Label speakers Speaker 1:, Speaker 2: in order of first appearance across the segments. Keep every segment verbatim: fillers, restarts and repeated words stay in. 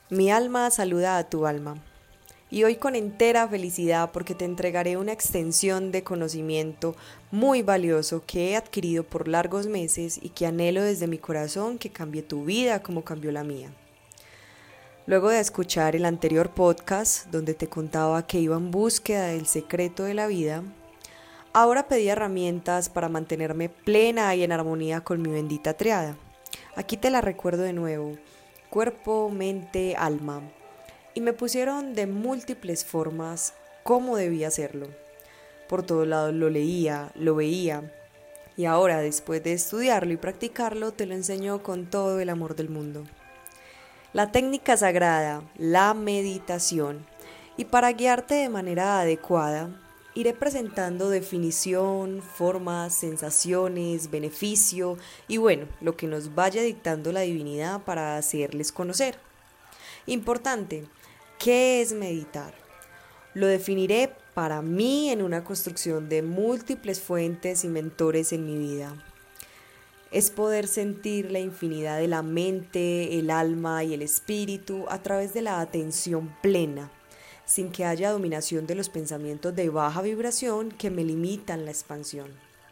Speaker 1: Mi alma saluda a tu alma. Y hoy con entera felicidad porque te entregaré una extensión de conocimiento muy valioso que he adquirido por largos meses y que anhelo desde mi corazón que cambie tu vida como cambió la mía. Luego de escuchar el anterior podcast donde te contaba que iba en búsqueda del secreto de la vida, ahora pedí herramientas para mantenerme plena y en armonía con mi bendita triada. Aquí te la recuerdo de nuevo: cuerpo, mente, alma. Y me pusieron de múltiples formas cómo debía hacerlo. Por todos lados lo leía, lo veía, y ahora, después de estudiarlo y practicarlo, te lo enseño con todo el amor del mundo. La técnica sagrada, la meditación. Y para guiarte de manera adecuada, iré presentando definición, formas, sensaciones, beneficio y bueno, lo que nos vaya dictando la divinidad para hacerles conocer. Importante, ¿qué es meditar? Lo definiré para mí en una construcción de múltiples fuentes y mentores en mi vida. Es poder sentir la infinidad de la mente, el alma y el espíritu a través de la atención plena, sin que haya dominación de los pensamientos de baja vibración que me limitan la expansión.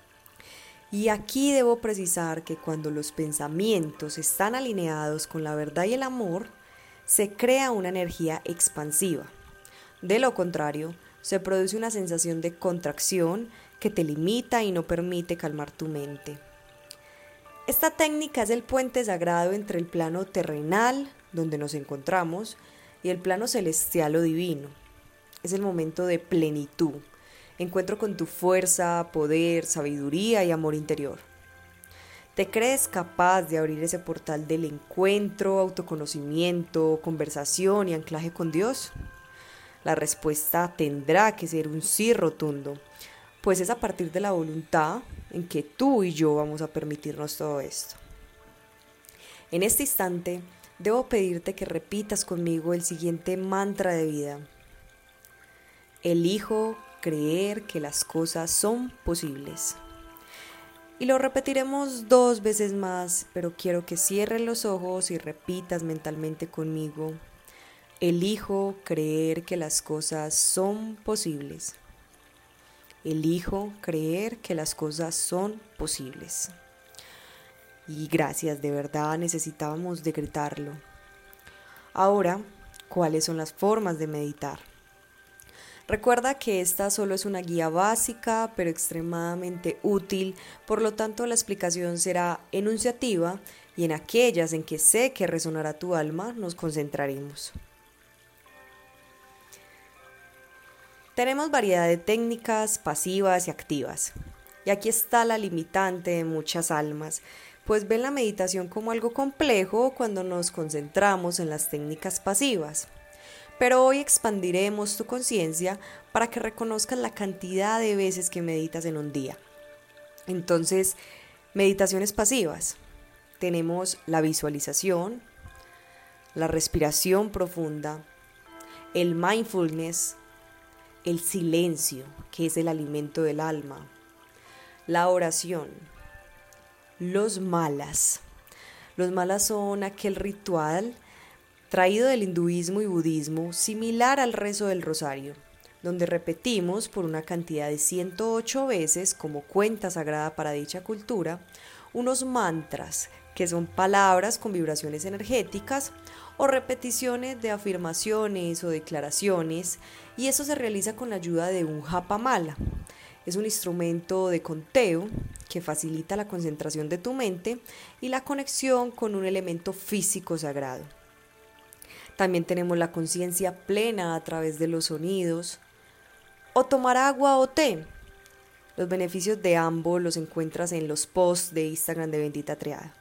Speaker 1: Y aquí debo precisar que cuando los pensamientos están alineados con la verdad y el amor, se crea una energía expansiva. De lo contrario, se produce una sensación de contracción que te limita y no permite calmar tu mente. Esta técnica es el puente sagrado entre el plano terrenal, donde nos encontramos, y el plano celestial o divino. Es el momento de plenitud, encuentro con tu fuerza, poder, sabiduría y amor interior. ¿Te crees capaz de abrir ese portal del encuentro, autoconocimiento, conversación y anclaje con Dios? La respuesta tendrá que ser un sí rotundo, pues es a partir de la voluntad en que tú y yo vamos a permitirnos todo esto. En este instante, debo pedirte que repitas conmigo el siguiente mantra de vida. Elijo creer que las cosas son posibles. Y lo repetiremos dos veces más, pero quiero que cierres los ojos y repitas mentalmente conmigo. Elijo creer que las cosas son posibles. Elijo creer que las cosas son posibles. Y gracias, de verdad necesitábamos decretarlo. Ahora, ¿cuáles son las formas de meditar? Recuerda que esta solo es una guía básica, pero extremadamente útil, por lo tanto la explicación será enunciativa y en aquellas en que sé que resonará tu alma nos concentraremos. Tenemos variedad de técnicas pasivas y activas, y aquí está la limitante de muchas almas, pues ven la meditación como algo complejo cuando nos concentramos en las técnicas pasivas. Pero hoy expandiremos tu conciencia para que reconozcas la cantidad de veces que meditas en un día. Entonces, meditaciones pasivas. Tenemos la visualización, la respiración profunda, el mindfulness, el silencio, que es el alimento del alma, la oración, los malas. Los malas son aquel ritual traído del hinduismo y budismo, similar al rezo del rosario, donde repetimos por una cantidad de ciento ocho veces, como cuenta sagrada para dicha cultura, unos mantras, que son palabras con vibraciones energéticas o repeticiones de afirmaciones o declaraciones, y eso se realiza con la ayuda de un japamala. Es un instrumento de conteo que facilita la concentración de tu mente y la conexión con un elemento físico sagrado. También tenemos la conciencia plena a través de los sonidos, o tomar agua o té. Los beneficios de ambos los encuentras en los posts de Instagram de Bendita Triada.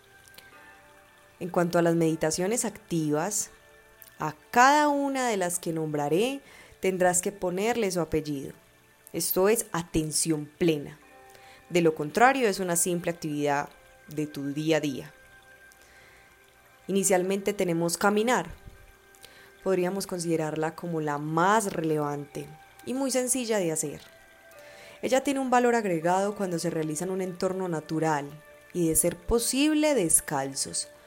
Speaker 1: En cuanto a las meditaciones activas, a cada una de las que nombraré tendrás que ponerle su apellido. Esto es atención plena. De lo contrario, es una simple actividad de tu día a día. Inicialmente tenemos caminar. Podríamos considerarla como la más relevante y muy sencilla de hacer. Ella tiene un valor agregado cuando se realiza en un entorno natural y de ser posible descalzos,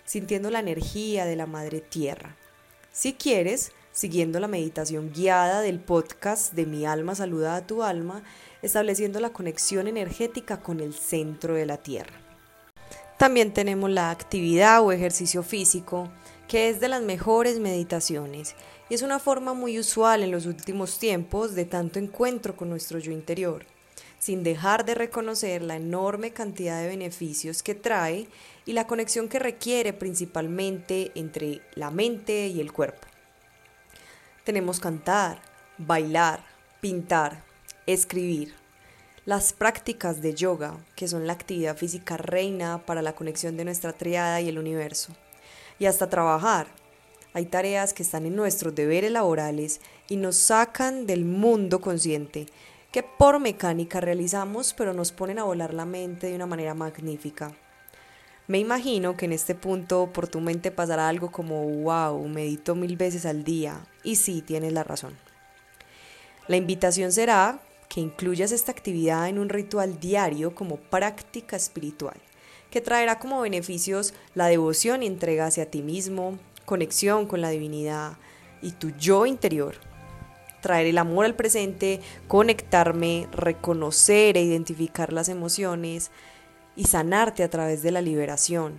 Speaker 1: sintiendo la energía de la Madre Tierra. Si quieres, siguiendo la meditación guiada del podcast de Mi Alma Saluda a Tu Alma, estableciendo la conexión energética con el centro de la Tierra. También tenemos la actividad o ejercicio físico, que es de las mejores meditaciones y es una forma muy usual en los últimos tiempos de tanto encuentro con nuestro yo interior, sin dejar de reconocer la enorme cantidad de beneficios que trae y la conexión que requiere principalmente entre la mente y el cuerpo. Tenemos cantar, bailar, pintar, escribir, las prácticas de yoga, que son la actividad física reina para la conexión de nuestra triada y el universo, y hasta trabajar. Hay tareas que están en nuestros deberes laborales y nos sacan del mundo consciente, que por mecánica realizamos, pero nos ponen a volar la mente de una manera magnífica. Me imagino que en este punto por tu mente pasará algo como wow, medito mil veces al día, y sí, tienes la razón. La invitación será que incluyas esta actividad en un ritual diario como práctica espiritual, que traerá como beneficios la devoción y entrega hacia ti mismo, conexión con la divinidad y tu yo interior. Traer el amor al presente, conectarme, reconocer e identificar las emociones y sanarte a través de la liberación.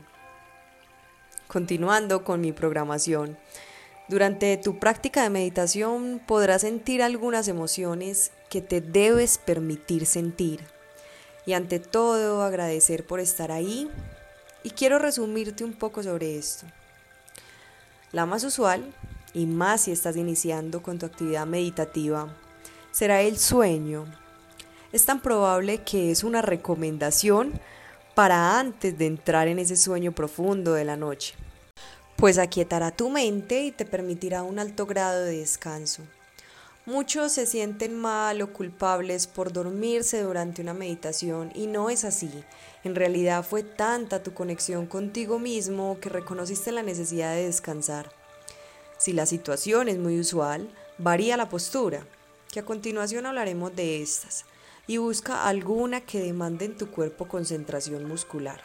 Speaker 1: Continuando con mi programación, durante tu práctica de meditación podrás sentir algunas emociones que te debes permitir sentir y ante todo agradecer por estar ahí, y quiero resumirte un poco sobre esto. La más usual, y más si estás iniciando con tu actividad meditativa, será el sueño. Es tan probable que es una recomendación para antes de entrar en ese sueño profundo de la noche, pues aquietará tu mente y te permitirá un alto grado de descanso. Muchos se sienten mal o culpables por dormirse durante una meditación y no es así. En realidad fue tanta tu conexión contigo mismo que reconociste la necesidad de descansar. Si la situación es muy usual, varía la postura, que a continuación hablaremos de estas, y busca alguna que demande en tu cuerpo concentración muscular.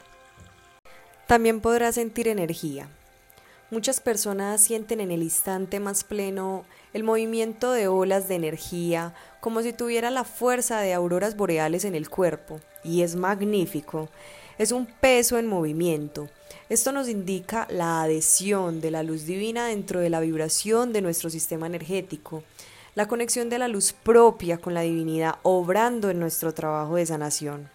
Speaker 1: También podrás sentir energía. Muchas personas sienten en el instante más pleno el movimiento de olas de energía, como si tuviera la fuerza de auroras boreales en el cuerpo, y es magnífico. Es un peso en movimiento. Esto nos indica la adhesión de la luz divina dentro de la vibración de nuestro sistema energético, la conexión de la luz propia con la divinidad obrando en nuestro trabajo de sanación.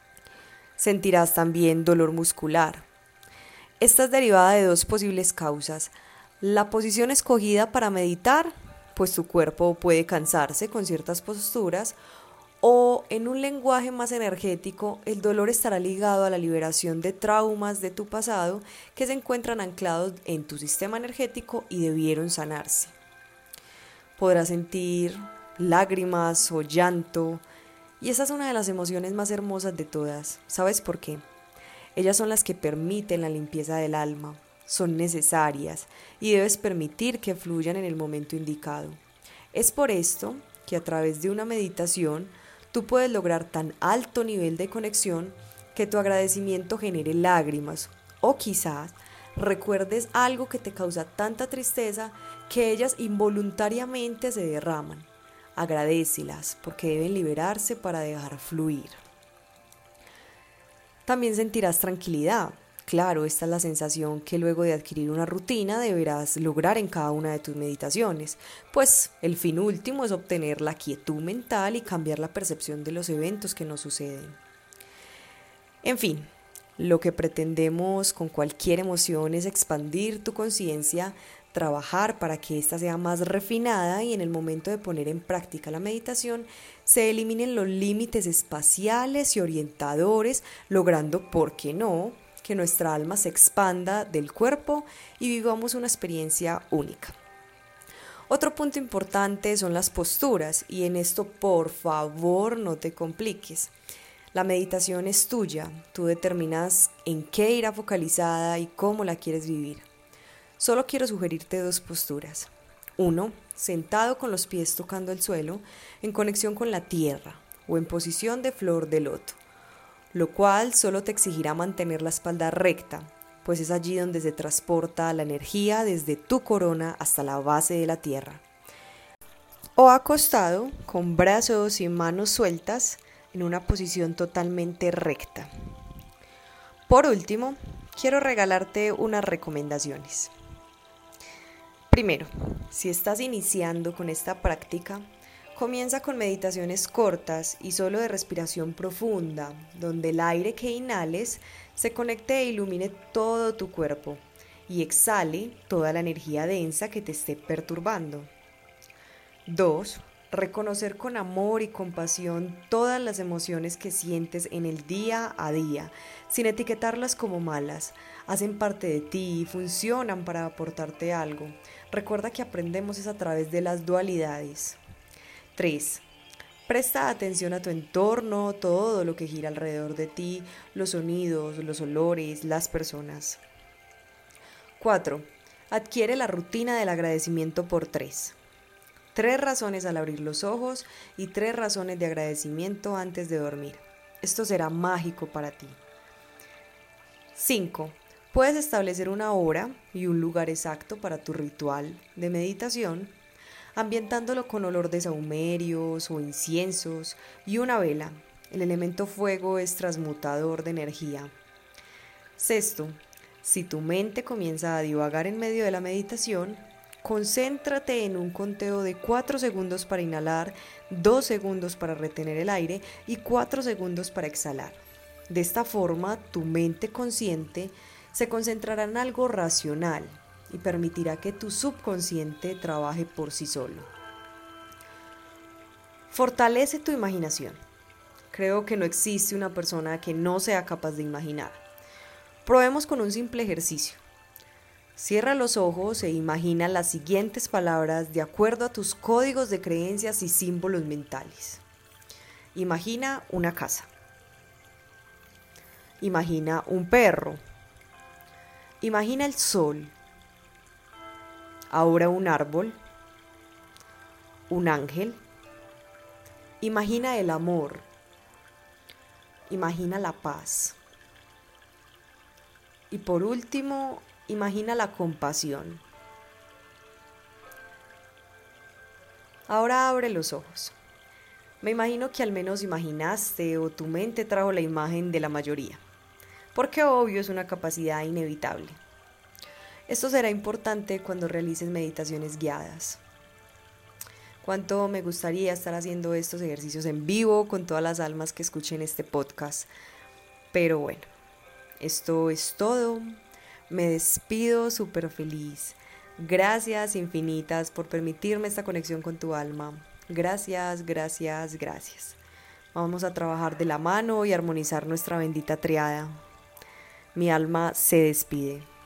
Speaker 1: Sentirás también dolor muscular. Esta es derivada de dos posibles causas. La posición escogida para meditar, pues tu cuerpo puede cansarse con ciertas posturas, o en un lenguaje más energético, el dolor estará ligado a la liberación de traumas de tu pasado que se encuentran anclados en tu sistema energético y debieron sanarse. Podrás sentir lágrimas o llanto, y esa es una de las emociones más hermosas de todas. ¿Sabes por qué? Ellas son las que permiten la limpieza del alma, son necesarias y debes permitir que fluyan en el momento indicado. Es por esto que a través de una meditación tú puedes lograr tan alto nivel de conexión que tu agradecimiento genere lágrimas, o quizás recuerdes algo que te causa tanta tristeza que ellas involuntariamente se derraman. Agradécelas porque deben liberarse para dejar fluir. También sentirás tranquilidad. Claro, esta es la sensación que luego de adquirir una rutina deberás lograr en cada una de tus meditaciones, pues el fin último es obtener la quietud mental y cambiar la percepción de los eventos que nos suceden. En fin, lo que pretendemos con cualquier emoción es expandir tu conciencia, trabajar para que ésta sea más refinada y en el momento de poner en práctica la meditación se eliminen los límites espaciales y orientadores, logrando, ¿por qué no?, que nuestra alma se expanda del cuerpo y vivamos una experiencia única. Otro punto importante son las posturas, y en esto por favor no te compliques. La meditación es tuya, tú determinas en qué irá focalizada y cómo la quieres vivir. Solo quiero sugerirte dos posturas. Uno, sentado con los pies tocando el suelo, en conexión con la tierra o en posición de flor de loto, lo cual solo te exigirá mantener la espalda recta, pues es allí donde se transporta la energía desde tu corona hasta la base de la tierra. O acostado, con brazos y manos sueltas, en una posición totalmente recta. Por último, quiero regalarte unas recomendaciones. Primero, si estás iniciando con esta práctica, comienza con meditaciones cortas y solo de respiración profunda, donde el aire que inhales se conecte e ilumine todo tu cuerpo y exhale toda la energía densa que te esté perturbando. dos. Reconocer con amor y compasión todas las emociones que sientes en el día a día, sin etiquetarlas como malas. Hacen parte de ti y funcionan para aportarte algo. Recuerda que aprendemos es a través de las dualidades. tres. Presta atención a tu entorno, todo lo que gira alrededor de ti, los sonidos, los olores, las personas. cuatro. Adquiere la rutina del agradecimiento por tres. Tres razones al abrir los ojos y tres razones de agradecimiento antes de dormir. Esto será mágico para ti. cinco. Puedes establecer una hora y un lugar exacto para tu ritual de meditación, ambientándolo con olor de sahumerios o inciensos y una vela. El elemento fuego es transmutador de energía. Sexto, si tu mente comienza a divagar en medio de la meditación, concéntrate en un conteo de cuatro segundos para inhalar, dos segundos para retener el aire y cuatro segundos para exhalar. De esta forma, tu mente consciente se concentrará en algo racional y permitirá que tu subconsciente trabaje por sí solo. Fortalece tu imaginación. Creo que no existe una persona que no sea capaz de imaginar. Probemos con un simple ejercicio. Cierra los ojos e imagina las siguientes palabras de acuerdo a tus códigos de creencias y símbolos mentales. Imagina una casa. Imagina un perro. Imagina el sol. Ahora un árbol. Un ángel. Imagina el amor. Imagina la paz. Y por último, imagina la compasión. Ahora abre los ojos. Me imagino que al menos imaginaste o tu mente trajo la imagen de la mayoría, porque obvio es una capacidad inevitable. Esto será importante cuando realices meditaciones guiadas. Cuánto me gustaría estar haciendo estos ejercicios en vivo con todas las almas que escuchen este podcast. Pero bueno, esto es todo. Me despido súper feliz. Gracias infinitas por permitirme esta conexión con tu alma. Gracias, gracias, gracias. Vamos a trabajar de la mano y armonizar nuestra bendita triada. Mi alma se despide.